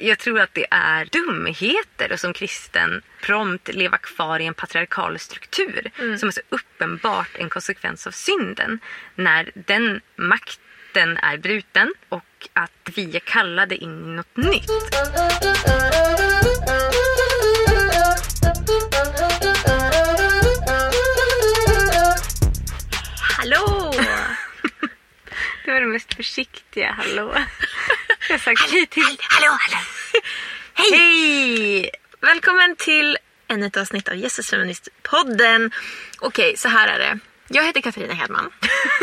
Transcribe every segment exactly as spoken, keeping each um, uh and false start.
Jag tror att det är dumheter och som kristen prompt leva kvar i en patriarkal struktur mm. som är så uppenbart en konsekvens av synden när den makten är bruten och att vi är kallade in i något nytt. Hallå! Det var det mest försiktiga hallå. Jag har sagt hej till... Hallå, hallå! Hej! Hej! Välkommen till ännu ett avsnitt av Jesus Feminist-podden. Okej, så här är det. Jag heter Katarina Hedman.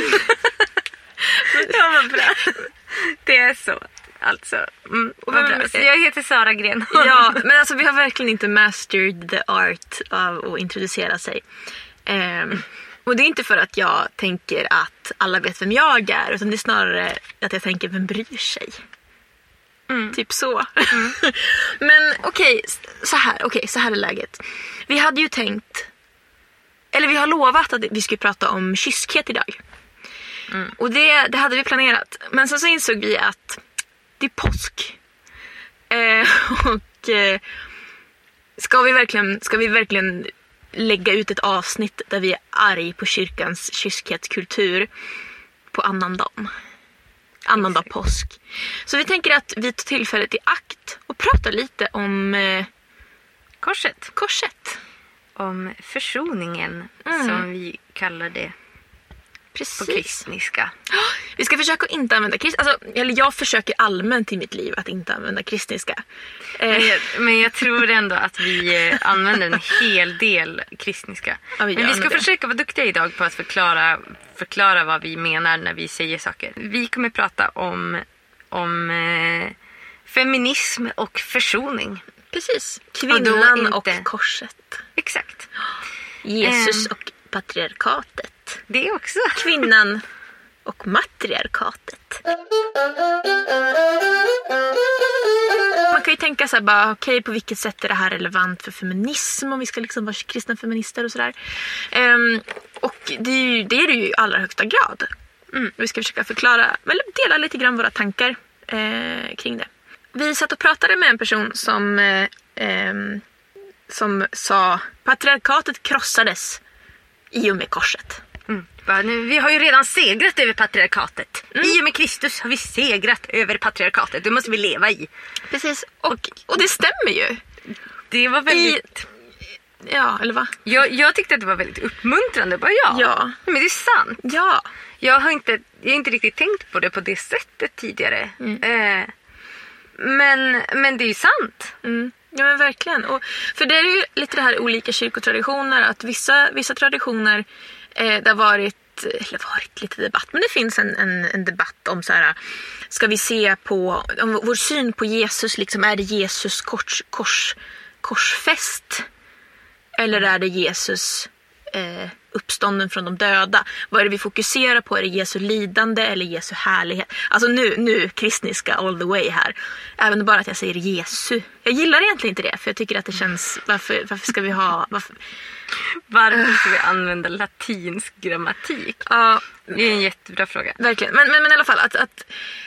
Ja, vad bra. Det är så. Alltså, mm, vad bra. Så jag heter Sara Gren. Ja, men alltså vi har verkligen inte mastered the art av att introducera sig. Um, och det är inte för att jag tänker att alla vet vem jag är, utan det är snarare att jag tänker, vem bryr sig? Mm. Typ så. Mm. Men okej, okay, så här, okej, okay, så här är läget. Vi hade ju tänkt, eller vi har lovat att vi skulle prata om kyskhet idag. Mm. Och det, det hade vi planerat. Men sen så insåg vi att det är påsk. Eh, och eh, ska vi verkligen, ska vi verkligen lägga ut ett avsnitt där vi är arg på kyrkans kyskhetskultur på annandagen. Annandag påsk. Så vi tänker att vi tar tillfället i akt och pratar lite om eh, korset. Korset. Om försoningen mm. som vi kallar det. Precis. På kristniska. Vi ska försöka att inte använda kristniska. Alltså, eller jag försöker allmänt i mitt liv att inte använda kristniska. Men jag, men jag tror ändå att vi använder en hel del kristniska. Ja, vi men vi ska det. försöka vara duktiga idag på att förklara, förklara vad vi menar när vi säger saker. Vi kommer prata om, om eh, feminism och försoning. Precis. Kvinnan och, inte... och korset. Exakt. Jesus um, och patriarkatet. Det är också. Kvinnan och matriarkatet. Man kan ju tänka så här bara, okej, okay, på vilket sätt är det här relevant för feminism om vi ska liksom vara kristna feminister och sådär. Um, och det är, ju, det är det ju i allra högsta grad. Mm. Vi ska försöka förklara, eller dela lite grann våra tankar eh, kring det. Vi satt och pratade med en person som, eh, eh, som sa patriarkatet krossades i och med korset. Mm. Vi har ju redan segrat över patriarkatet. Mm. I och med Kristus har vi segrat över patriarkatet. Det måste vi leva i. Precis. Och, och det stämmer ju. Det var väldigt... I... Ja, eller va? Jag, jag tyckte att det var väldigt uppmuntrande. Bara ja. ja. Men det är sant. Ja. Jag har inte, jag har inte riktigt tänkt på det på det sättet tidigare. Mm. Eh, men, men det är ju sant. Mm. Ja, men verkligen. Och för det är ju lite det här olika kyrkotraditioner. Att vissa, vissa traditioner eh, det har varit, eller varit lite debatt. Men det finns en, en, en debatt om så här, ska vi se på om vår syn på Jesus, liksom, är det Jesus kors, kors, korsfäst? Eller är det Jesus eh, uppstånden från de döda? Vad är det vi fokuserar på? Är det Jesu lidande eller Jesu härlighet? Alltså nu, nu kristniska all the way här. Även bara att jag säger Jesu. Jag gillar egentligen inte det, för jag tycker att det känns... Varför, varför ska vi ha... Varför, varför ska vi använda latinsk grammatik? Ja, det är en jättebra fråga. Verkligen. Men, men, men i alla fall, att, att,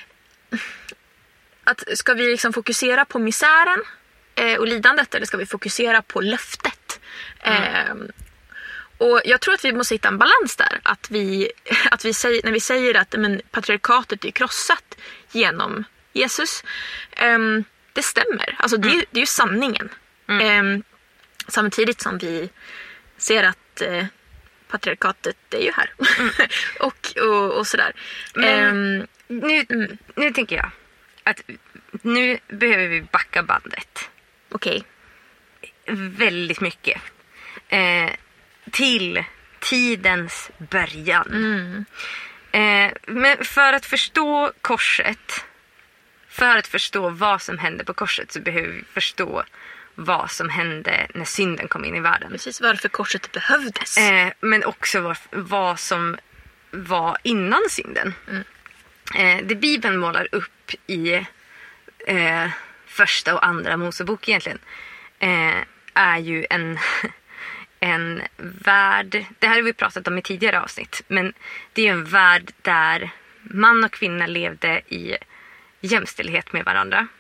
att ska vi liksom fokusera på misären eh, och lidandet, eller ska vi fokusera på löftet? Mm. Eh, Och jag tror att vi måste hitta en balans där. Att vi, att vi säger, när vi säger att men, patriarkatet är krossat genom Jesus. Um, det stämmer. Alltså det, mm. det är ju sanningen. Mm. Um, samtidigt som vi ser att uh, patriarkatet är ju här. Mm. och, och, och sådär. Men um, nu, mm. nu tänker jag att nu behöver vi backa bandet. Okej. Okay. Väldigt mycket. Eh, till tidens början. Mm. Eh, men för att förstå korset, för att förstå vad som hände på korset, så behöver vi förstå vad som hände när synden kom in i världen. Precis, varför korset behövdes. Eh, men också vad, vad som var innan synden. Mm. Eh, det Bibeln målar upp i eh, första och andra Mosebok egentligen eh, är ju en... en värld, det här har vi pratat om i tidigare avsnitt, men det är en värld där man och kvinna levde i jämställdhet med varandra.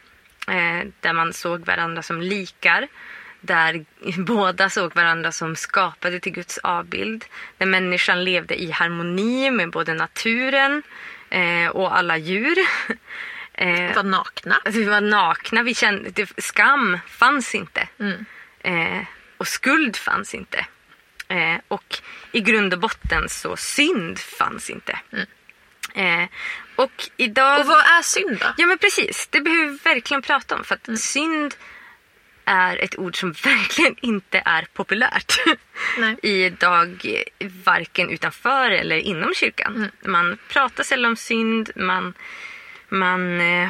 Eh, där man såg varandra som likar. Där båda såg varandra som skapade till Guds avbild. Där människan levde i harmoni med både naturen eh, och alla djur. Eh, vi var nakna. Vi var nakna. Vi kände, det, skam fanns inte. Mm. Eh, och skuld fanns inte. Eh, och i grund och botten så synd fanns inte. Mm. Eh, och idag... Och vad är synd då? Ja men precis, det behöver vi verkligen prata om. För att mm. synd är ett ord som verkligen inte är populärt. Nej. Idag, varken utanför eller inom kyrkan. Mm. Man pratar sällan om synd, man... Man, eh,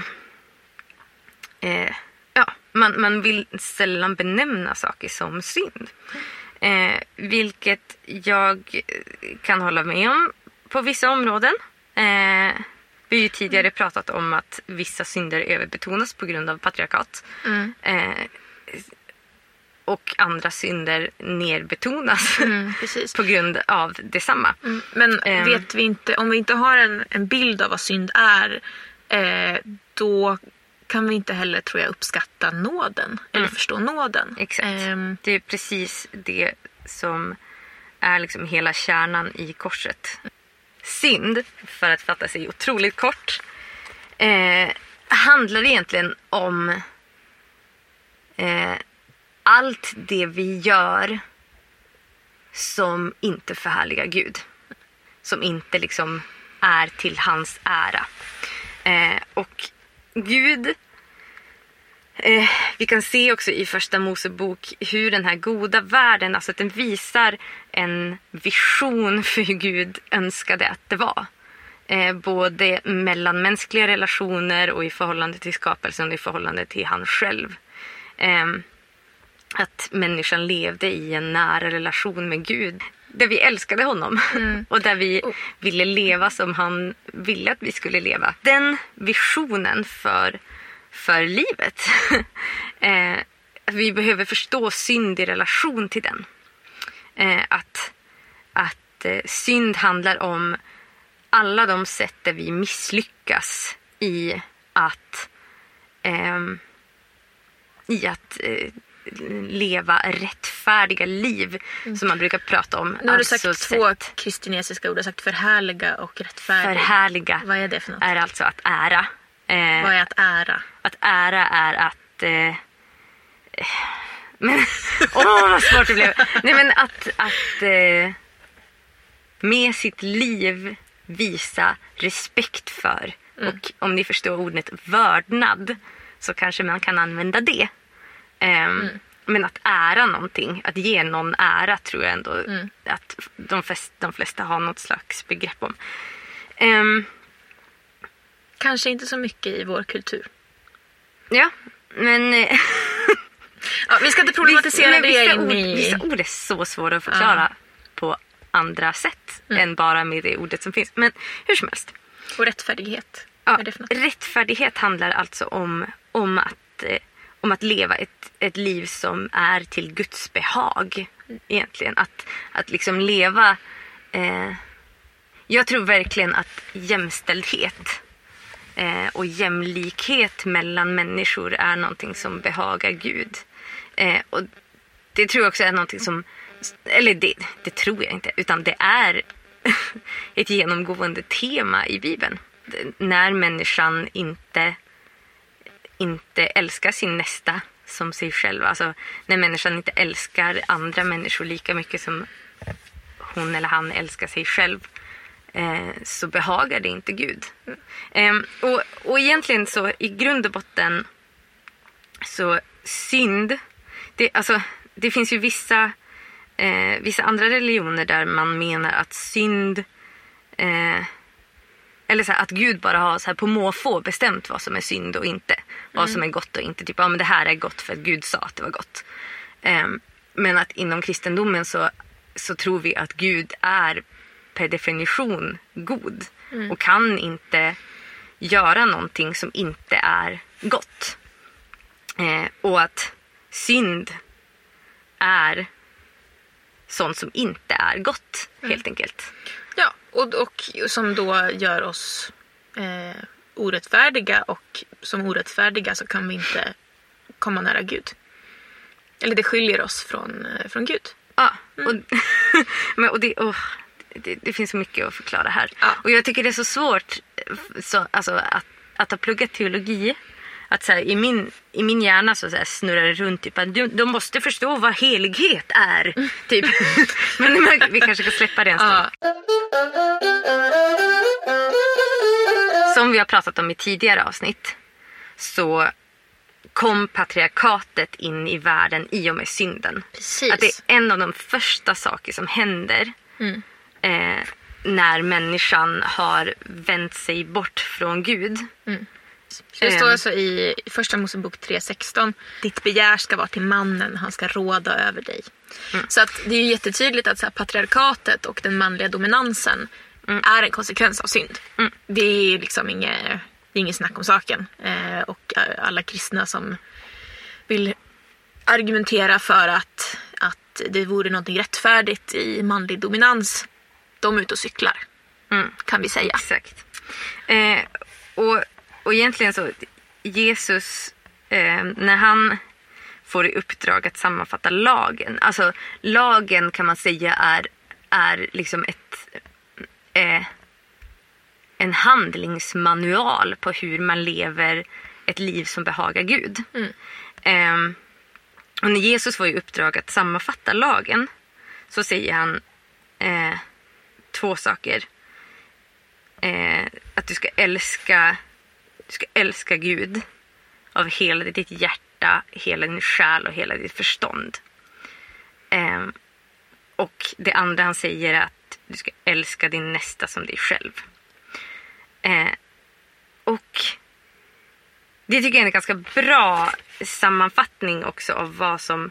eh, ja, man, man vill sällan benämna saker som synd. Eh, vilket jag kan hålla med om på vissa områden. Eh, vi har ju tidigare pratat om att vissa synder överbetonas på grund av patriarkat. Mm. Eh, och andra synder nerbetonas mm, på grund av detsamma. Mm. Men eh, vet vi inte, om vi inte har en, en bild av vad synd är, eh, då kan vi inte heller, tror jag, uppskatta nåden. Mm. Eller förstå nåden. Exakt. Eh, det är precis det som är liksom hela kärnan i korset. Synd, för att fatta sig otroligt kort, eh, handlar egentligen om eh, allt det vi gör som inte förhärligar Gud. Som inte liksom är till hans ära. Eh, och Gud, eh, vi kan se också i första Mosebok hur den här goda världen, alltså att den visar en vision för hur Gud önskade att det var. Eh, både mellan mänskliga relationer och i förhållande till skapelsen och i förhållande till han själv. Eh, att människan levde i en nära relation med Gud. Där vi älskade honom. Mm. Och där vi oh. ville leva som han ville att vi skulle leva. Den visionen för, för livet. eh, vi behöver förstå synd i relation till den. Eh, att att eh, synd handlar om alla de sätt där vi misslyckas i att eh, i att eh, leva rättfärdiga liv mm. som man brukar prata om. Nu har du sagt alltså två sätt. Kristinesiska ord. Du har sagt förhärliga och rättfärdiga. Förhärliga. Vad är det för något? Är alltså att ära. Eh, Vad är att ära? Att ära är att... Eh, men, åh, vad svårt det blev. Nej, men att, att eh, med sitt liv visa respekt för. Mm. Och om ni förstår ordet vördnad så kanske man kan använda det. Um, mm. Men att ära någonting, att ge någon ära, tror jag ändå mm. att de flesta, de flesta har något slags begrepp om. Um, Kanske inte så mycket i vår kultur. Ja, men... ja, vi ska inte problematisera vissa, det vissa in ord, i... Vissa ord är så svåra att förklara ja. på andra sätt mm. än bara med det ordet som finns. Men hur som helst. Och rättfärdighet. Ja, är det för något? Rättfärdighet handlar alltså om, om att... Eh, om att leva ett, ett liv som är till Guds behag egentligen. Att, att liksom leva... Eh, jag tror verkligen att jämställdhet eh, och jämlikhet mellan människor är någonting som behagar Gud. Eh, och det tror jag också är någonting som... Eller det, det tror jag inte, utan det är ett genomgående tema i Bibeln. När människan inte... inte älskar sin nästa som sig själv. Alltså när människan inte älskar andra människor lika mycket som hon eller han älskar sig själv, eh, så behagar det inte Gud. Eh, och, och egentligen så i grund och botten så synd, det, alltså, det finns ju vissa, eh, vissa andra religioner där man menar att synd... Eh, Eller så här, att Gud bara har så här på måfå bestämt vad som är synd och inte. Mm. Vad som är gott och inte. Typ, ja men det här är gott för att Gud sa att det var gott. Um, men att inom kristendomen så, så tror vi att Gud är per definition god. Mm. Och kan inte göra någonting som inte är gott. Uh, och att synd är sånt som inte är gott, helt mm. enkelt. Ja, och, och som då gör oss eh, orättfärdiga och som orättfärdiga så kan vi inte komma nära Gud. Eller det skiljer oss från, från Gud. Ja, och, mm. men, och det, oh, det, det finns så mycket att förklara här. Ja. Och jag tycker det är så svårt så, alltså, att, att ha pluggat teologi. Att så här, i, min, i min hjärna så, så här, snurrar det runt typ att de, de måste förstå vad helighet är. Mm. Typ. Men vi kanske ska släppa det en stund. Ja. Som vi har pratat om i tidigare avsnitt så kom patriarkatet in i världen i och med synden. Precis. Att det är en av de första saker som händer mm. eh, när människan har vänt sig bort från Gud. Mm. Det står alltså i första Mosebok tre sexton. Ditt begär ska vara till mannen, han ska råda över dig. Mm. Så att det är ju jättetydligt att så här, patriarkatet och den manliga dominansen mm. är en konsekvens av synd. Mm. Det är liksom inget, det är inget snack om saken. Eh, och alla kristna som vill argumentera för att, att det vore någonting rättfärdigt i manlig dominans, de är ute och cyklar. Mm. Kan vi säga. Exakt. Eh, och Och egentligen så, Jesus, eh, när han får i uppdrag att sammanfatta lagen. Alltså lagen kan man säga är, är liksom ett, eh, en handlingsmanual på hur man lever ett liv som behagar Gud. Mm. Eh, och när Jesus får i uppdrag att sammanfatta lagen så säger han eh, två saker. Eh, att du ska älska... Du ska älska Gud av hela ditt hjärta, hela din själ och hela ditt förstånd. Eh, och det andra han säger är att du ska älska din nästa som dig själv. Eh, och det tycker jag är en ganska bra sammanfattning också av vad som,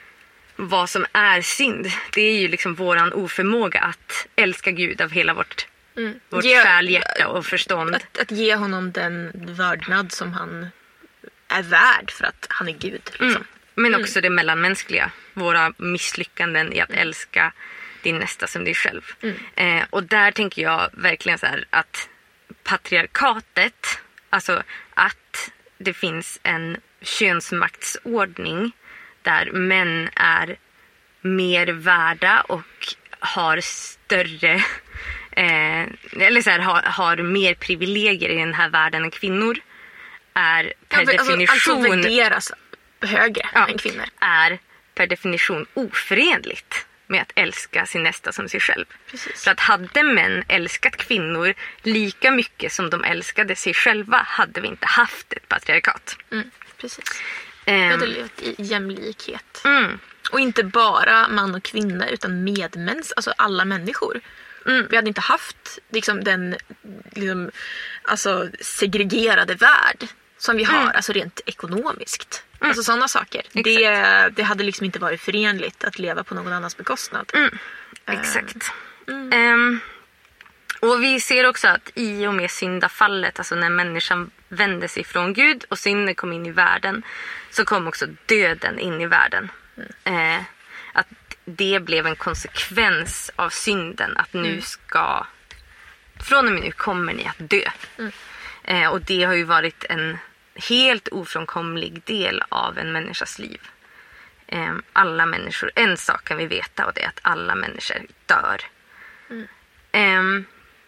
vad som är synd. Det är ju liksom våran oförmåga att älska Gud av hela vårt Mm. Vårt ge, själ, hjärta och förstånd. Att, att ge honom den vördnad som han är värd för att han är Gud. Liksom. Mm. Men också mm. det mellanmänskliga. Våra misslyckanden i att mm. älska din nästa som dig själv. Mm. Eh, och där tänker jag verkligen så här att patriarkatet, alltså att det finns en könsmaktsordning där män är mer värda och har större... Eh, eller så här, har, har mer privilegier i den här världen än kvinnor är per ja, definition alltså värderas högre ja, än kvinnor. Är per definition oförenligt med att älska sin nästa som sig själv. Precis. För att hade män älskat kvinnor lika mycket som de älskade sig själva hade vi inte haft ett patriarkat. Mm, precis. Um, vi hade levt i jämlikhet. Mm. Och inte bara man och kvinna utan medmäns, alltså alla människor. Mm. Vi hade inte haft liksom, den liksom, alltså, segregerade värld som vi har, mm. alltså rent ekonomiskt. Mm. Alltså sådana saker. Det, det hade liksom inte varit förenligt att leva på någon annans bekostnad. Mm. Exakt. Mm. Um, och vi ser också att i och med syndafallet, alltså när människan vände sig från Gud och synden kom in i världen, så kom också döden in i världen. Mm. Uh, att det blev en konsekvens av synden att nu mm. ska, från och med nu kommer ni att dö. Mm. Eh, och det har ju varit en helt ofrånkomlig del av en människas liv. Eh, alla människor, en sak kan vi veta och det är att alla människor dör. Mm. Eh,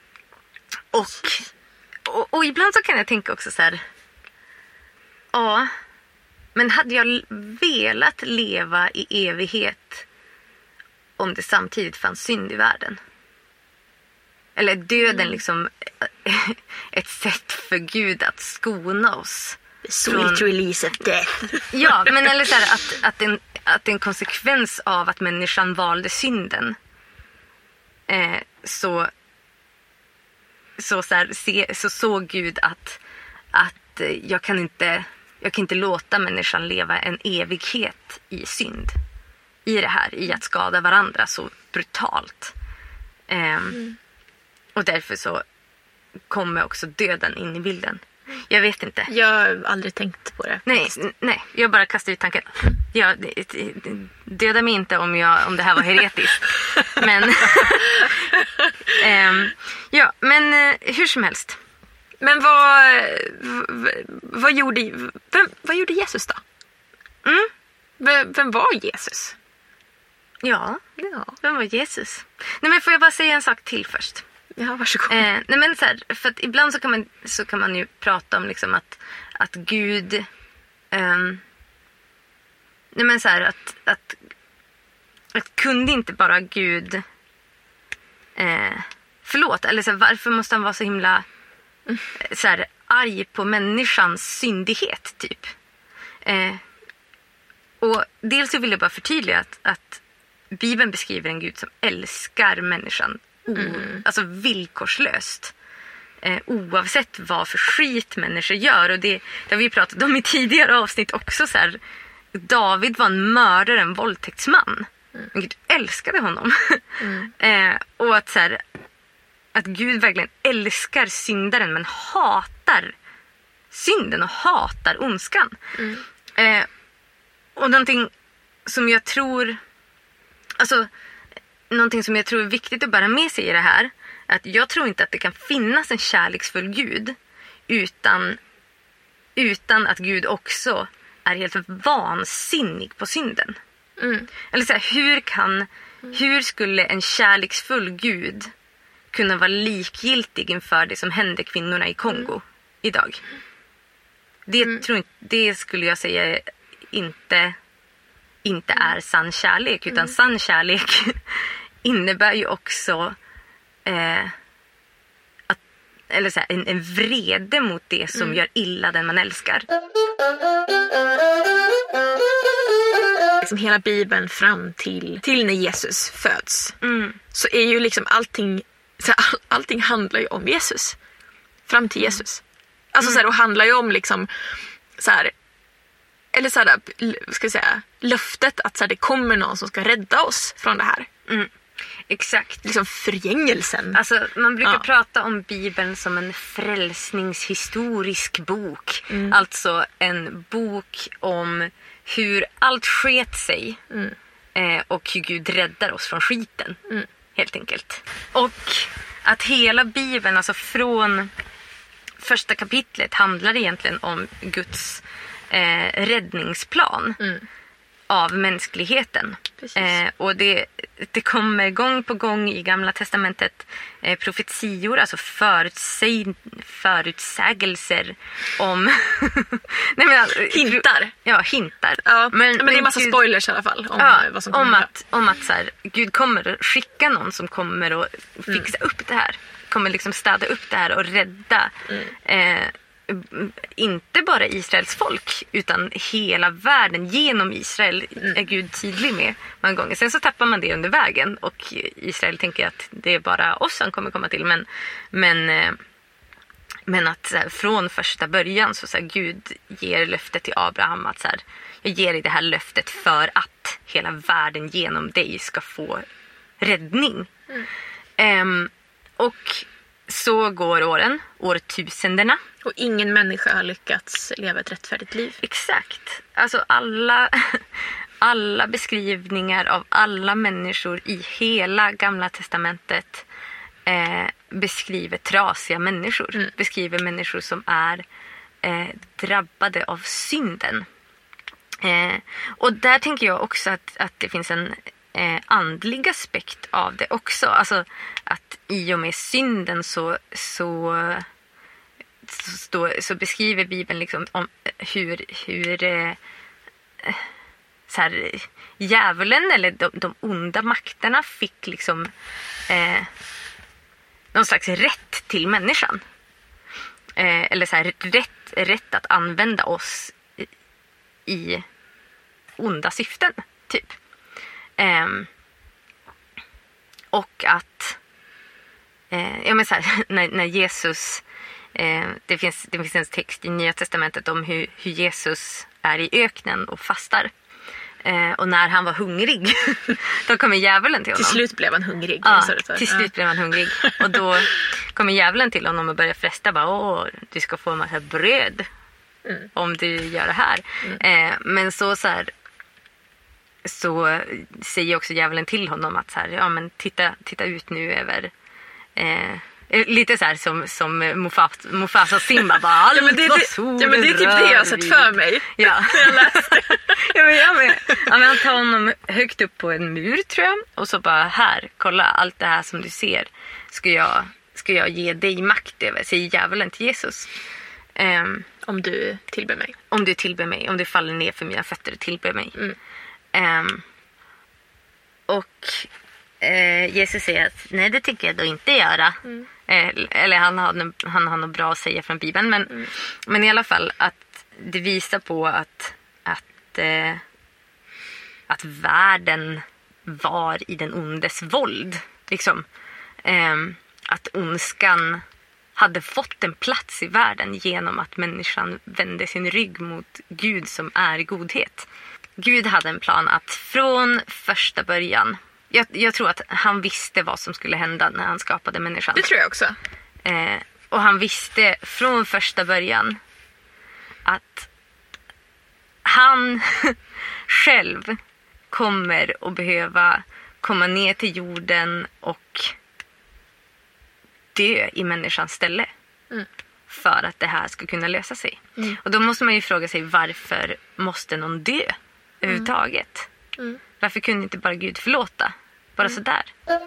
och, och, och ibland så kan jag tänka också så här, ja, men hade jag velat leva i evighet om det samtidigt fanns synd i världen? Eller döden mm. liksom ett sätt för Gud att skona oss? Sweet från... release of death. Ja, men eller så här, att, att, en, att en konsekvens av att människan valde synden eh, så så, så, här, se, så såg Gud att, att jag kan inte jag kan inte låta människan leva en evighet i synd. I det här, i att skada varandra så brutalt. Um, mm. Och därför så kommer också döden in i bilden. Jag vet inte. Jag har aldrig tänkt på det. Nej, nej, jag bara kastar ut tanken. Jag, döda mig inte om, jag, om det här var heretiskt. men, um, ja, men hur som helst. Men vad, vad, vad, gjorde, vem, vad gjorde Jesus då? Mm. Vem, vem var Jesus? Ja, Ja, vem var Jesus? Nej, men får jag bara säga en sak till först? ja varsågod. Eh, nej men så här, för att ibland så kan man, så kan man ju prata om liksom att, att Gud... ehm, nej men så här, att, att, att kunde inte bara Gud... Eh, förlåt, eller så här, varför måste han vara så himla eh, så här, arg på människans syndighet typ? Eh, och dels så vill jag bara förtydliga att, att Bibeln beskriver en Gud som älskar människan o, mm. alltså villkorslöst. Eh, oavsett vad för skit människor gör. Och det, det har vi pratat om i tidigare avsnitt också. Så här, David var en mördare, en våldtäktsman. Mm. Men Gud älskade honom. Mm. eh, och att, så här, att Gud verkligen älskar syndaren men hatar synden och hatar ondskan. Mm. Eh, och någonting som jag tror... Alltså, någonting som jag tror är viktigt att bära med sig i det här. Att jag tror inte att det kan finnas en kärleksfull Gud utan, utan att Gud också är helt vansinnig på synden. Mm. Eller så här, hur kan, hur skulle en kärleksfull Gud kunna vara likgiltig inför det som händer kvinnorna i Kongo mm. idag? Det, mm. tror inte, det skulle jag säga inte... inte är sann kärlek, utan mm. sann kärlek innebär ju också eh, att, eller så här, en, en vrede mot det som mm. gör illa den man älskar. Liksom hela Bibeln fram till, till när Jesus föds Mm. så är ju liksom allting så här, all, allting handlar ju om Jesus fram till Jesus. Alltså mm. så här, och handlar ju om liksom så här, eller så här, ska jag säga, löftet att så här, det kommer någon som ska rädda oss från det här. Mm. Exakt. Liksom förgängelsen. Alltså, man brukar ja. prata om Bibeln som en frälsningshistorisk bok. Mm. Alltså en bok om hur allt sket sig mm. eh, och hur Gud räddar oss från skiten. Mm. Helt enkelt. Och att hela Bibeln, alltså från första kapitlet, handlar egentligen om Guds Eh, räddningsplan mm. av mänskligheten. Eh, och det, det kommer gång på gång i Gamla testamentet eh, profetior, alltså förutsäg, förutsägelser om Nej, men, hintar. Ja, hintar. Ja, men, men det är en massa Gud, spoilers i alla fall om ja, vad som kommer om att, om att så här, Gud kommer att skicka någon som kommer att fixa mm. upp det här. Kommer liksom städa upp det här och rädda mm. eh, inte bara Israels folk utan hela världen genom Israel mm. är Gud tydlig med många gånger. Sen så tappar man det under vägen och Israel tänker att det är bara oss som kommer komma till. Men, men, men att så här, från första början så, så här, Gud ger löftet till Abraham att så här, jag ger dig det här löftet för att hela världen genom dig ska få räddning. Mm. Um, och så går åren, årtusendena. Och ingen människa har lyckats leva ett rättfärdigt liv. Exakt. Alltså alla, alla beskrivningar av alla människor i hela Gamla testamentet eh, beskriver trasiga människor. Mm. Beskriver människor som är eh, drabbade av synden. Eh, och där tänker jag också att, att det finns en eh, andlig aspekt av det också. Alltså att i och med synden så... så Så, så beskriver Bibeln liksom om hur, hur eh, så här, djävulen eller de, de onda makterna fick liksom eh, någon slags rätt till människan. Eh, eller så här, rätt, rätt att använda oss i, i onda syften, typ. Eh, och att eh, ja, men så här, när, när Jesus... Eh, det, finns, det finns en text i Nya testamentet om hur, hur Jesus är i öknen och fastar. Eh, och när han var hungrig, då kommer djävulen till honom. Till slut blev han hungrig. Ja, till slut blev han hungrig. Och då kommer djävulen till honom och börjar fresta. Bara, åh, du ska få en massa bröd mm. om du gör det här. Mm. Eh, men så, så, här, så säger också djävulen till honom att så här, ja, men titta, titta ut nu över... Eh, Lite så här som, som Mufasa, Mufasa Simba bara, allt ja, men det, vad det, solen ja, men det är typ det jag har sett för mig. Ja. Jag läste. ja, men jag med. Ja, men han tar honom högt upp på en mur tror jag. Och så bara, här, kolla, allt det här som du ser ska jag, ska jag ge dig makt över, säger djävulen till Jesus. Um, om du tillber mig. Om du tillber mig, om du faller ner för mina fötter och tillber mig. Mm. Um, och uh, Jesus säger att nej, det tycker jag då inte göra. Mm. Uh, eller han har, han har något bra att säga från Bibeln. Men, mm. men i alla fall att det visar på att, att, uh, att världen var i den ondes våld. Liksom. Um, att ondskan hade fått en plats i världen genom att människan vände sin rygg mot Gud som är godhet. Gud hade en plan att från första början, jag, jag tror att han visste vad som skulle hända när han skapade människan. Det tror jag också. Eh, och han visste från första början att han själv kommer att behöva komma ner till jorden och dö i människans ställe. Mm. För att det här ska kunna lösa sig. Mm. Och då måste man ju fråga sig, varför måste någon dö överhuvudtaget? Mm. Varför kunde inte bara Gud förlåta? Bara mm. sådär.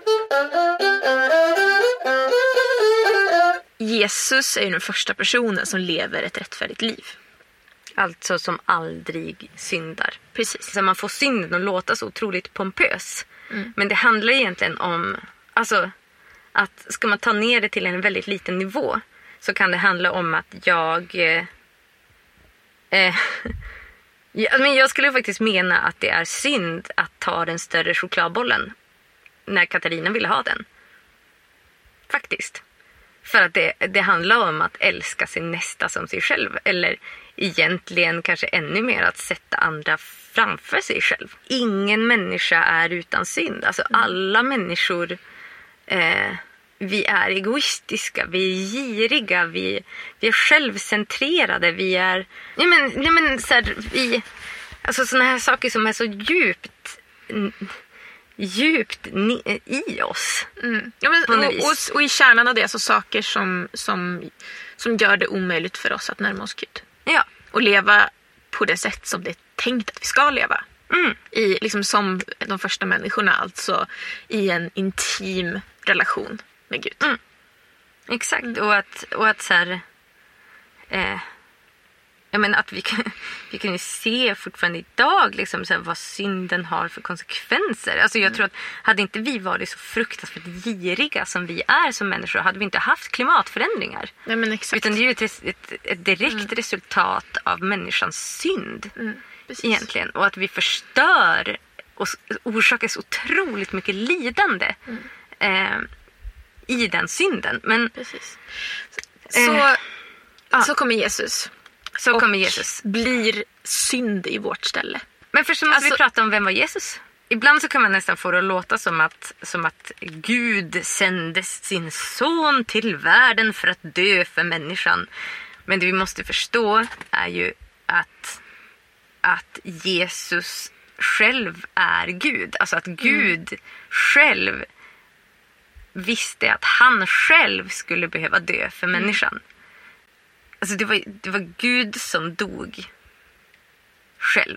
Jesus är ju den första personen som lever ett rättfärdigt liv. Alltså som aldrig syndar. Precis. Så man får synden att låta så otroligt pompös. Mm. Men det handlar egentligen om, alltså, att ska man ta ner det till en väldigt liten nivå, så kan det handla om att jag eh, eh, ja, men jag skulle faktiskt mena att det är synd att ta den större chokladbollen när Katarina ville ha den. Faktiskt. För att det, det handlar om att älska sin nästa som sig själv. Eller egentligen kanske ännu mer att sätta andra framför sig själv. Ingen människa är utan synd. Alltså Mm. alla människor, eh, vi är egoistiska, vi är giriga, vi, vi är självcentrerade, vi är, ja men, ja men så här, vi, alltså såna här saker som är så djupt djupt ni, i oss. Mm. Ja, men, och, och, och i kärnan av det, alltså saker som, som, som gör det omöjligt för oss att närma oss Gud. Ja. Och leva på det sätt som det är tänkt att vi ska leva. Mm. I, liksom som de första människorna, alltså i en intim relation med Gud. Mm. Exakt, mm. och att, och att så här, eh, jag menar att vi kan, vi kan ju se fortfarande idag liksom så här, vad synden har för konsekvenser. Alltså jag mm. tror att hade inte vi varit så fruktansvärt giriga som vi är som människor, hade vi inte haft klimatförändringar. Nej, men exakt. Utan det är ju ett, ett, ett direkt mm. resultat av människans synd. Mm. Egentligen. Och att vi förstör och orsakar så otroligt mycket lidande mm. eh, i den synden. Men, Precis. Så, eh, så kommer Jesus. Så och kommer Jesus. Blir synd i vårt ställe. Men först måste alltså, vi prata om vem var Jesus. Ibland så kan man nästan få det att låta som att, som att Gud sände sin son till världen för att dö för människan. Men det vi måste förstå är ju att, att Jesus själv är Gud. Alltså att Gud mm. själv visste att han själv skulle behöva dö för mm. människan. Alltså det var, det var Gud som dog själv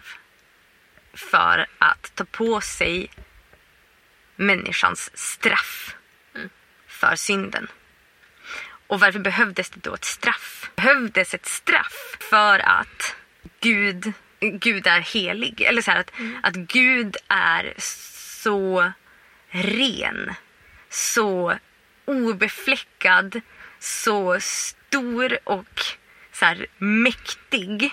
för att ta på sig människans straff mm. för synden. Och varför behövdes det då ett straff? Behövdes ett straff för att Gud, Gud är helig. Eller så här att, mm. att Gud är så ren, så obefläckad, så stor och så här mäktig.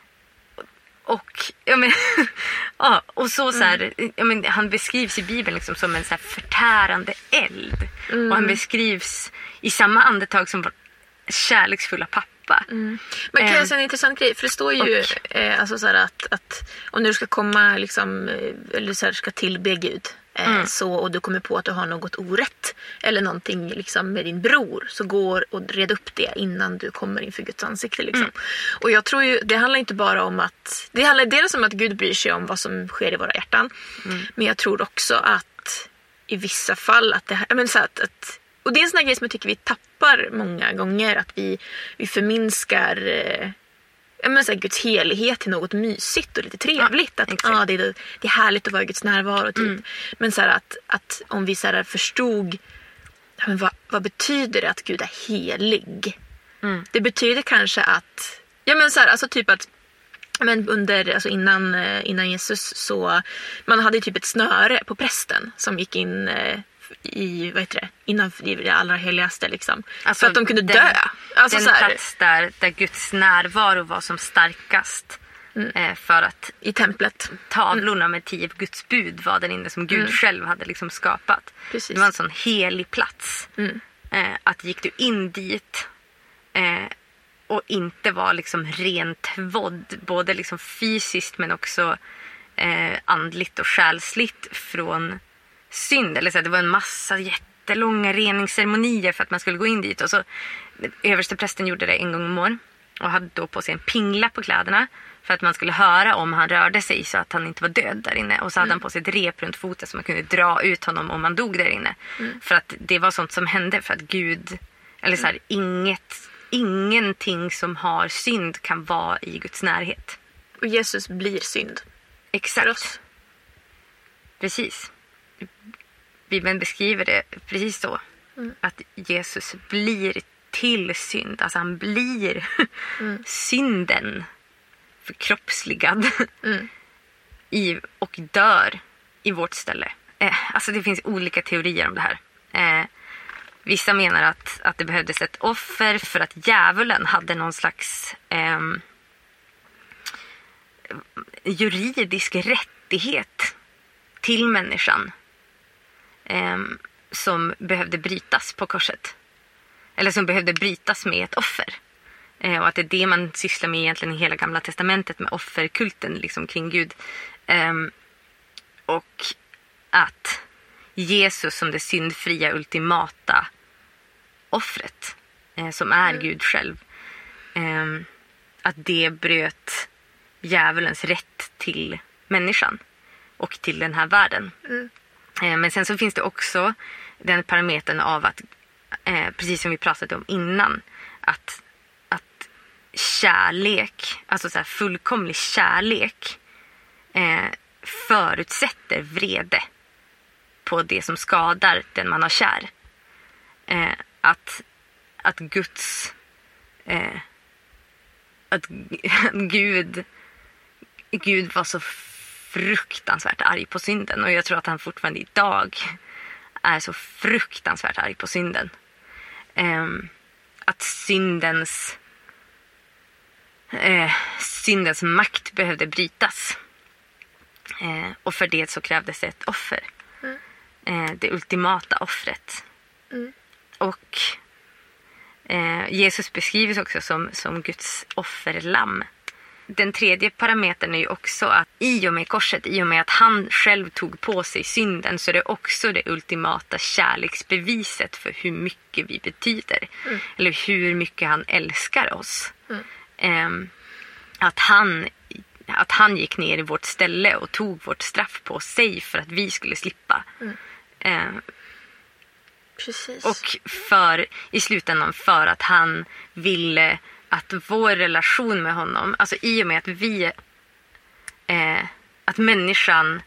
Och ja men ja, och så så här, mm. ja men han beskrivs i Bibeln liksom som en så här förtärande eld. Mm. Och han beskrivs i samma andetag som vår kärleksfulla pappa. Mm. Men kan jag säga en intressant grej, för det står ju och, eh, alltså så här att, att om du ska komma liksom, eller så här, ska tillbe Gud Mm. Så, och du kommer på att du har något orätt eller någonting liksom med din bror, så går och red upp det innan du kommer inför Guds ansikte liksom. Mm. Och jag tror ju, det handlar inte bara om att, det handlar dels om att Gud bryr sig om vad som sker i våra hjärtan, mm. men jag tror också att i vissa fall att det här, men så att, att och det är en sån här grej som jag tycker vi tappar många gånger. Att vi, vi förminskar eh, men så här, Guds helighet till något mysigt och lite trevligt. Ja, att ah, det, är, det är härligt att vara i Guds närvaro. Typ. Mm. Men så här, att, att om vi så här, förstod men vad, vad betyder det att Gud är helig? Mm. Det betyder kanske att ja men så här, alltså typ att men under, alltså innan, innan Jesus så man hade typ ett snöre på prästen som gick in i, vad heter det, innanför det allra heligaste liksom. Alltså för att de kunde den, dö. Alltså den så här, plats där, där Guds närvaro var som starkast. Mm. Eh, för att i templet. Tavlorna mm. med tio Guds bud var den inne som Gud mm. själv hade liksom skapat. Precis. Det var en sån helig plats. Mm. Eh, att gick du in dit eh, och inte var liksom rent tvådd, både liksom fysiskt men också eh, andligt och själsligt från synd. Eller så här, det var en massa jättelånga reningsceremonier för att man skulle gå in dit. Och så översteprästen gjorde det en gång om år och hade då på sig en pingla på kläderna för att man skulle höra om han rörde sig så att han inte var död där inne. Och så hade mm. han på sig ett rep runt foten så man kunde dra ut honom om han dog där inne. Mm. För att det var sånt som hände för att Gud, eller så här, mm. inget, ingenting som har synd kan vara i Guds närhet. Och Jesus blir synd. Exakt. Precis. Bibeln beskriver det precis så. Mm. Att Jesus blir till synd. Alltså han blir mm. synden förkroppsligad mm. i, och dör i vårt ställe. Eh, alltså det finns olika teorier om det här. Eh, vissa menar att, att det behövdes ett offer för att djävulen hade någon slags eh, juridisk rättighet till människan eh, som behövde brytas på korset. Eller som behövde brytas med ett offer. Eh, och att det är det man sysslar med egentligen i hela gamla testamentet med offerkulten liksom kring Gud. Eh, och att Jesus som det syndfria ultimata offret eh, som är mm. Gud själv. Eh, att det bröt djävulens rätt till människan och till den här världen. Mm. Eh, men sen så finns det också den parametern av att eh, precis som vi pratade om innan att, att kärlek, alltså så här fullkomlig kärlek eh, förutsätter vrede på det som skadar den man har kär. Eh, att, att Guds eh, att Gud Gud var så fruktansvärt arg på synden. Och jag tror att han fortfarande idag är så fruktansvärt arg på synden. Eh, att syndens eh, syndens makt behövde brytas. Eh, och för det så krävdes det ett offer. Mm. Eh, det ultimata offret. Mm. Och eh, Jesus beskrivs också som, som Guds offerlamm. Den tredje parametern är ju också att i och med korset, i och med att han själv tog på sig synden, så är det också det ultimata kärleksbeviset för hur mycket vi betyder. Mm. Eller hur mycket han älskar oss. Mm. Eh, att han att han gick ner i vårt ställe och tog vårt straff på sig för att vi skulle slippa. Mm. Eh, Precis. Och för, i slutändan för att han ville att vår relation med honom, alltså i och med att vi eh, att människan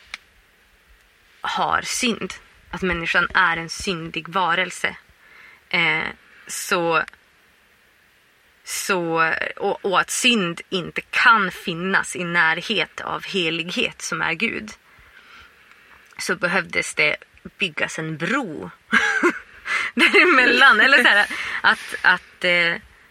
har synd, att människan är en syndig varelse, eh, så Så, och, och att synd inte kan finnas i närhet av helighet som är Gud, så behövdes det byggas en bro däremellan. Eller så här, att, att eh,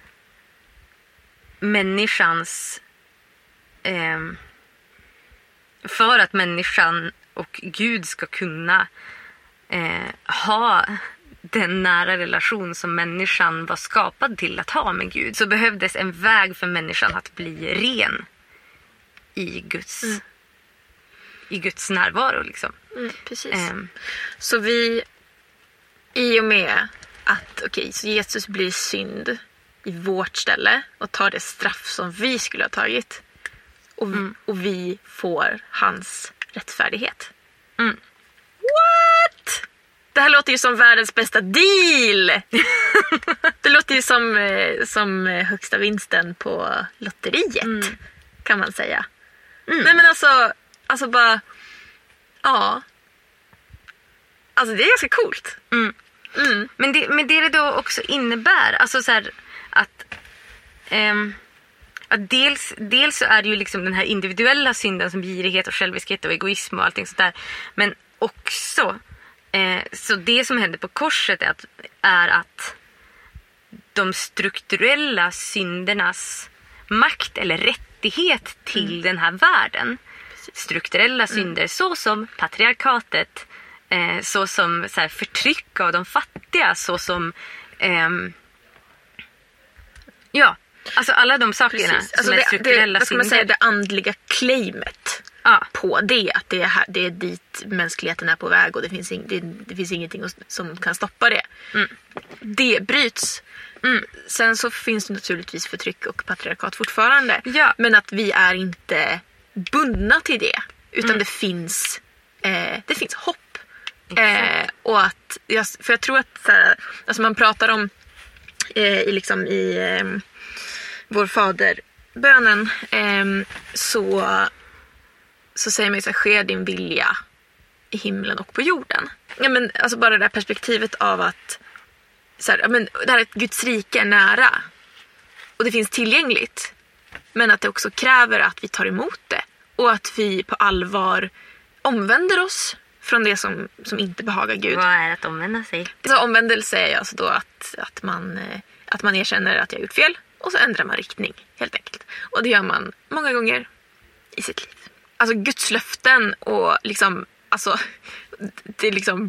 människans eh, för att människan och Gud ska kunna eh, ha den nära relation som människan var skapad till att ha med Gud, så behövdes en väg för människan att bli ren i Guds mm. i Guds närvaro liksom. Mm, precis. Um. Så vi, i och med att okej, okay, så Jesus blir synd i vårt ställe och tar det straff som vi skulle ha tagit, och, mm. och vi får hans rättfärdighet. Mm. What? Det här låter ju som världens bästa deal. Det låter ju som, som högsta vinsten på lotteriet. Mm. Kan man säga. Mm. Nej men alltså, alltså bara, ja. Alltså det är ganska coolt. Mm. Mm. Men, det, men det det då också innebär, alltså så här, att, ähm, att dels, dels så är det ju liksom den här individuella synden som girighet och själviskhet och egoism och allting sånt där. Men också, eh, så det som händer på korset är att, är att de strukturella syndernas makt eller rättighet till mm. den här världen. Strukturella synder mm. så som patriarkatet, eh, så som så här, förtryck av de fattiga, så som ehm, ja, alltså alla de sakerna Precis. som alltså är det, strukturella det, vad ska man synder. säga, det andliga claimet ja. på det, att det är, här, det är dit mänskligheten är på väg och det finns, in, det, det finns ingenting som kan stoppa det. Mm. Det bryts. Mm. Sen så finns det naturligtvis förtryck och patriarkat fortfarande. Ja. Men att vi är inte bundna till det. Utan mm. det finns eh, det finns hopp. Eh, och att, för jag tror att så här, alltså man pratar om eh, i, liksom, i eh, vår faderbönen eh, så, så säger man ju så här, sker din vilja i himlen och på jorden. Ja, men, alltså bara det där perspektivet av att så här, men, det här är att Guds rike är nära och det finns tillgängligt, men att det också kräver att vi tar emot det och att vi på allvar omvänder oss från det som, som inte behagar Gud. Vad är att omvända sig? Så omvändelse är alltså då att, att, man, att man erkänner att jag har gjort fel och så ändrar man riktning helt enkelt. Och det gör man många gånger i sitt liv. Alltså Guds löften och liksom, alltså det är liksom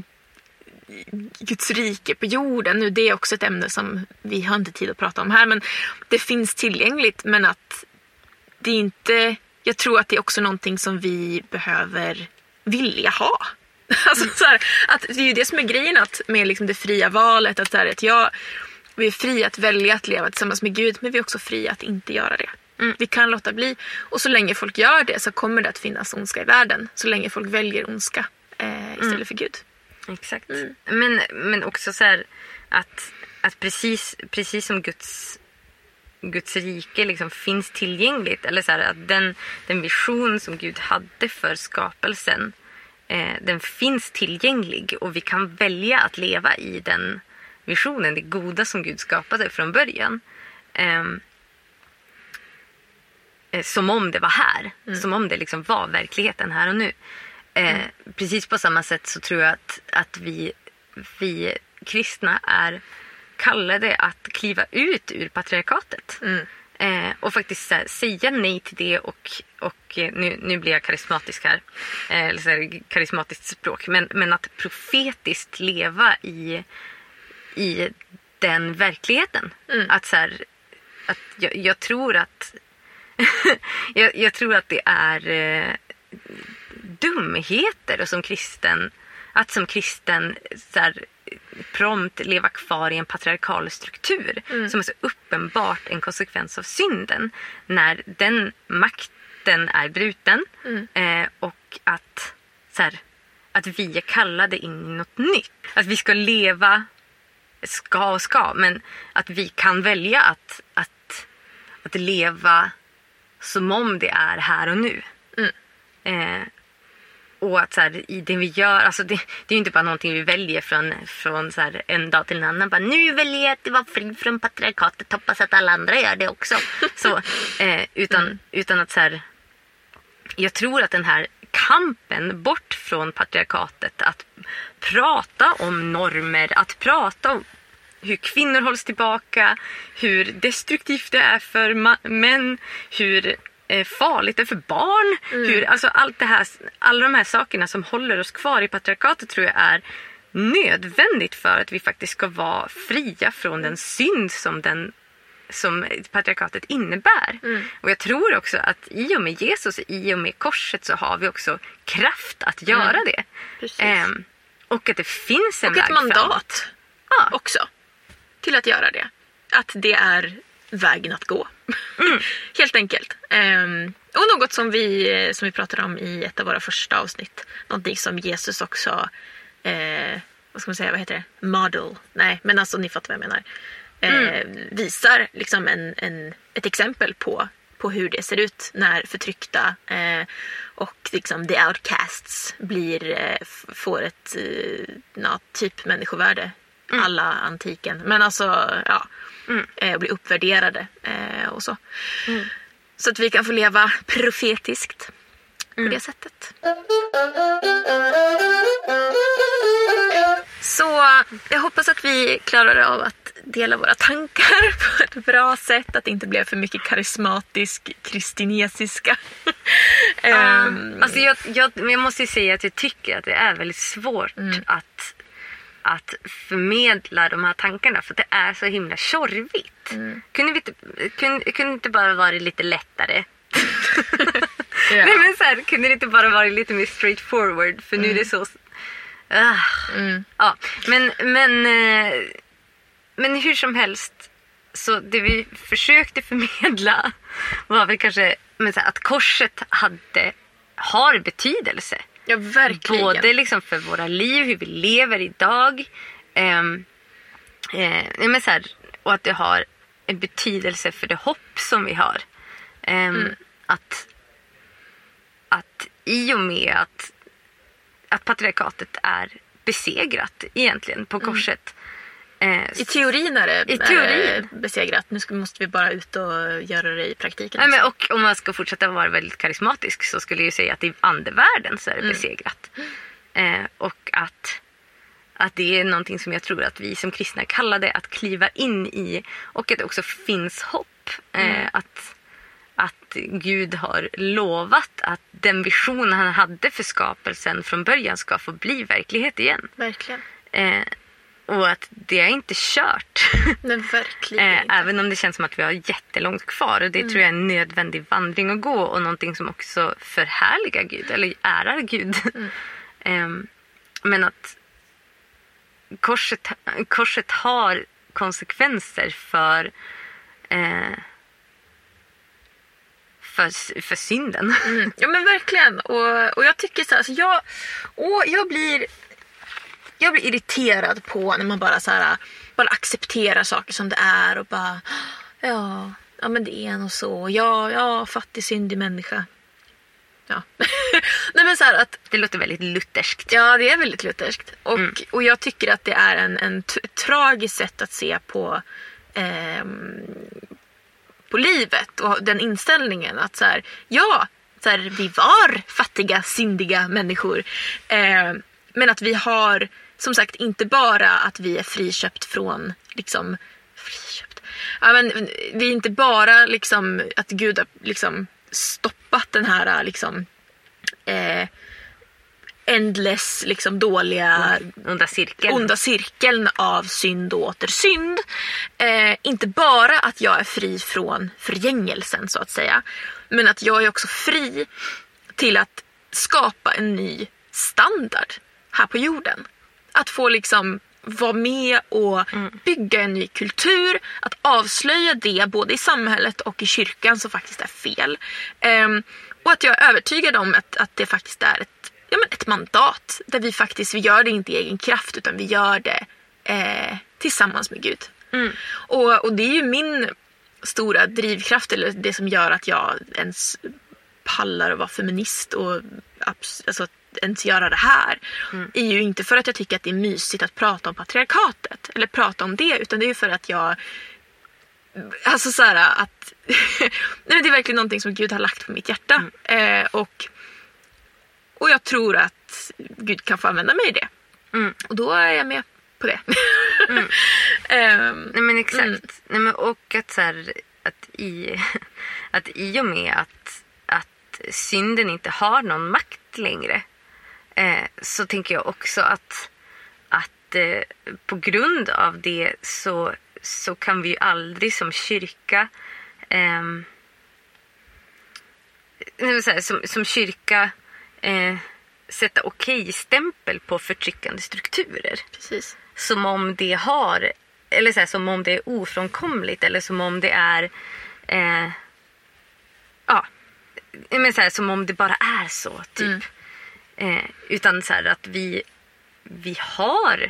Guds rike på jorden. Nu det är också ett ämne som vi har inte tid att prata om här, men det finns tillgängligt, men att det är inte, jag tror att det är också någonting som vi behöver vilja ha. Alltså så här, att det är ju det som är grejen att med liksom det fria valet, att, så här, att jag, vi är fria att välja att leva tillsammans med Gud, men vi är också fria att inte göra det. Mm. Vi kan låta bli, och så länge folk gör det så kommer det att finnas ondska i världen, så länge folk väljer ondska eh, istället mm. för Gud. Exakt. Mm. Men, men också så här att, att precis, precis som Guds, Guds rike liksom finns tillgängligt, eller så här, att den, den vision som Gud hade för skapelsen, eh, den finns tillgänglig och vi kan välja att leva i den visionen, det goda som Gud skapade från början. Eh, eh, som om det var här. Mm. Som om det liksom var verkligheten här och nu. Eh, mm. Precis på samma sätt så tror jag att, att vi, vi kristna är kallade att kliva ut ur patriarkatet. Mm. Eh, och faktiskt så här, säga nej till det och, och nu, nu blir jag karismatisk här. Eh, eller så här, karismatiskt språk. Men, men att profetiskt leva i, i den verkligheten. Mm. Att så här, att jag, jag tror att jag, jag tror att det är eh, dumheter och som kristen att som kristen så här, prompt leva kvar i en patriarkal struktur mm. som är så uppenbart en konsekvens av synden när den makten är bruten mm. eh, och att så här, att vi är kallade in i något nytt, att vi ska leva ska och ska, men att vi kan välja att, att, att leva som om det är här och nu. Mm. Eh, och att så här, i det vi gör, alltså det, det är ju inte bara någonting vi väljer från, från så här, en dag till en annan. Bara, nu väljer jag att vara fri från patriarkatet, hoppas att alla andra gör det också. Så, eh, utan, mm. utan att så här, jag tror att den här kampen bort från patriarkatet, att prata om normer, att prata om hur kvinnor hålls tillbaka, hur destruktivt det är för ma- män, hur eh, farligt det är för barn, mm. hur, alltså allt det här, alla de här sakerna som håller oss kvar i patriarkatet tror jag är nödvändigt för att vi faktiskt ska vara fria från den synd som den som patriarkatet innebär. Mm. Och jag tror också att i och med Jesus, i och med korset, så har vi också kraft att göra mm. det. Ehm, och att det finns en och väg ett mandat ja. också till att göra det. Att det är vägen att gå. Mm. Helt enkelt. Ehm, och något som vi, som vi pratade om i ett av våra första avsnitt. Någonting som Jesus också eh, vad ska man säga, vad heter det? Model. Nej, men alltså ni fattar vad jag menar. Eh, mm. Visar liksom en, en, ett exempel på, på hur det ser ut när förtryckta eh, och liksom the outcasts blir, eh, får ett eh, ja, typ människovärde. Mm. Alla antiken. Men alltså, ja, mm. eh, blir uppvärderade eh, och så. Mm. Så att vi kan få leva profetiskt på mm. det sättet. Så jag hoppas att vi klarar av att dela våra tankar på ett bra sätt. Att det inte blir för mycket karismatisk, kristinesiska. uh, um, alltså jag, jag, jag måste ju säga att jag tycker att det är väldigt svårt mm. att, att förmedla de här tankarna. För det är så himla tjorvigt. Mm. Kunde vi inte, kunde, kunde inte bara vara lite lättare? Ja. Nej, men så här, kunde det inte bara vara lite mer straightforward? För mm. nu är det så... Uh, mm. Ja, men, men, men hur som helst, så det vi försökte förmedla var väl kanske men så här, att korset hade, har betydelse. Ja, verkligen. Både liksom för våra liv, hur vi lever idag. Um, eh, men så här, och att det har en betydelse för det hopp som vi har. Um, mm. att, att i och med att att patriarkatet är besegrat egentligen på korset. Mm. Eh, I teorin är det, i teorin. besegrat. Nu ska, måste vi bara ut och göra det i praktiken. Nej, men och om man ska fortsätta vara väldigt karismatisk så skulle jag säga att i andevärlden så är det mm. besegrat. Eh, och att, att det är någonting som jag tror att vi som kristna kallar att kliva in i. Och att det också finns hopp. Eh, mm. Att Att Gud har lovat att den vision han hade för skapelsen från början ska få bli verklighet igen. Verkligen. Eh, och att det är inte kört. Nej, verkligen eh, inte. Även om det känns som att vi har jättelångt kvar. Och det mm. tror jag är en nödvändig vandring att gå. Och någonting som också förhärligar Gud. Eller ärar Gud. Mm. eh, men att korset, korset har konsekvenser för... Eh, För, för synden. Mm. Ja, men verkligen. Och, och jag tycker så här, alltså jag, och jag blir jag blir irriterad på när man bara så här, bara accepterar saker som det är och bara ja, ja men det är nog så. Ja, ja, fattig syndig människa. Ja. Nej, men så här att det låter väldigt lutherskt. Ja, det är väldigt lutherskt. Och mm. och jag tycker att det är en en t- tragisk sätt att se på ehm, på livet och den inställningen att så här, ja, så här, vi var fattiga, syndiga människor. Eh, men att vi har, som sagt, inte bara att vi är friköpt från, liksom, friköpt. Ja, men vi är inte bara liksom att Gud har liksom stoppat den här liksom eh, endless, liksom dåliga onda cirkeln. onda cirkeln av synd och åter synd. Eh, inte bara att jag är fri från förgängelsen så att säga, men att jag är också fri till att skapa en ny standard här på jorden. Att få liksom vara med och mm. bygga en ny kultur, att avslöja det både i samhället och i kyrkan som faktiskt är fel. Eh, och att jag är övertygad om att, att det faktiskt är ett Ja, men ett mandat där vi faktiskt, vi gör det inte i egen kraft utan vi gör det eh, tillsammans med Gud. Mm. Och, och det är ju min stora drivkraft, eller det som gör att jag ens pallar att vara feminist och alltså, att ens göra det här. Mm. Är ju inte för att jag tycker att det är mysigt att prata om patriarkatet eller prata om det, utan det är ju för att jag alltså så här att nej, det är verkligen någonting som Gud har lagt på mitt hjärta. Mm. Eh, och Och jag tror att Gud kan få använda mig i det. Mm. Och då är jag med på det. Mm. um, Nej men exakt. Mm. Nej, men, och att, så här, att, i, att i och med att, att synden inte har någon makt längre. Eh, så tänker jag också att, att eh, på grund av det så, så kan vi ju aldrig som kyrka... Eh, så här, som, som kyrka... Eh, sätta okej-stämpel på förtryckande strukturer. Precis. Som om det har, eller så här, som om det är ofrånkomligt, eller som om det är eh, ja, men så här, som om det bara är så typ. Mm. Eh, utan så här att vi vi har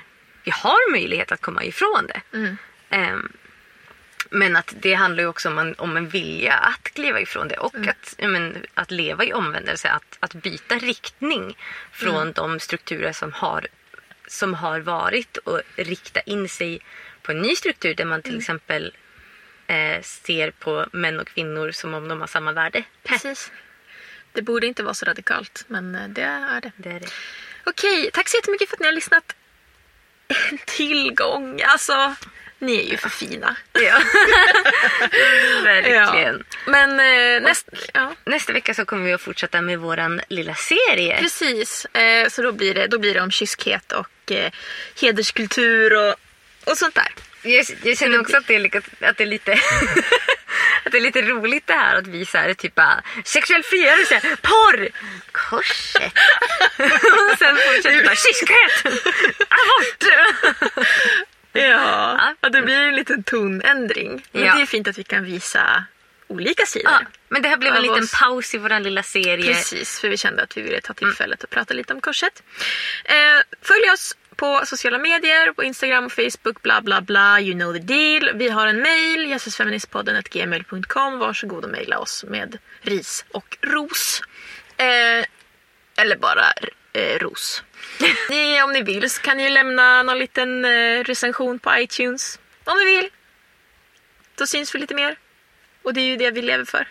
vi har möjlighet att komma ifrån det. Mm. Um, men att det handlar ju också om en, om en vilja att kliva ifrån det och Mm. att, men, att leva i omvändelse, att, att byta riktning från Mm. de strukturer som har, som har varit och rikta in sig på en ny struktur där man till Mm. exempel eh, ser på män och kvinnor som om de har samma värde. Precis. Det borde inte vara så radikalt, men eh, det är det. Det är det. Okej, tack så jättemycket för att ni har lyssnat. En tillgång, alltså. Ni är ju för fina. Ja. Verkligen. Ja. Men eh, näst, ja, Nästa vecka så kommer vi att fortsätta med våran lilla serie. precis. Eh, så då blir, det, då blir det om kyskhet och eh, hederskultur och, och sånt där. Jag, jag känner också att det är, lika, att det är lite att det är lite roligt det här att vi så här typ bara, sexuell frigörelse, porr, korset. Och sen fortsätter bara kyskhet, abort. Ja, ja, det blir en liten tonändring. Men Ja. det är fint att vi kan visa olika sidor. Ja, men det här blev en Av liten oss. paus i våran lilla serie. Precis, för vi kände att vi ville ta tillfället och prata lite om korset. Eh, följ oss på sociala medier, på Instagram och Facebook, bla bla bla, you know the deal. Vi har en mail, jesusfeministpodden at gmail punkt com. Varsågod och mejla oss med ris och ros. Eh, eller bara eh, ros. Ni, om ni vill så kan ni lämna någon liten eh, recension på iTunes. Om ni vill. Då syns vi lite mer. Och det är ju det vi lever för.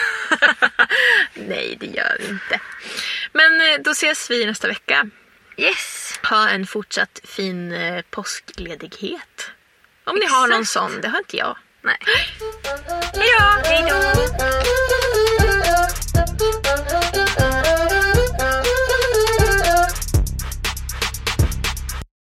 Nej, det gör vi inte. Men eh, då ses vi nästa vecka. Yes. Ha en fortsatt fin eh, påskledighet. Om ni har någon Exakt. sån, det har inte jag. Nej. Hej då! Hej då.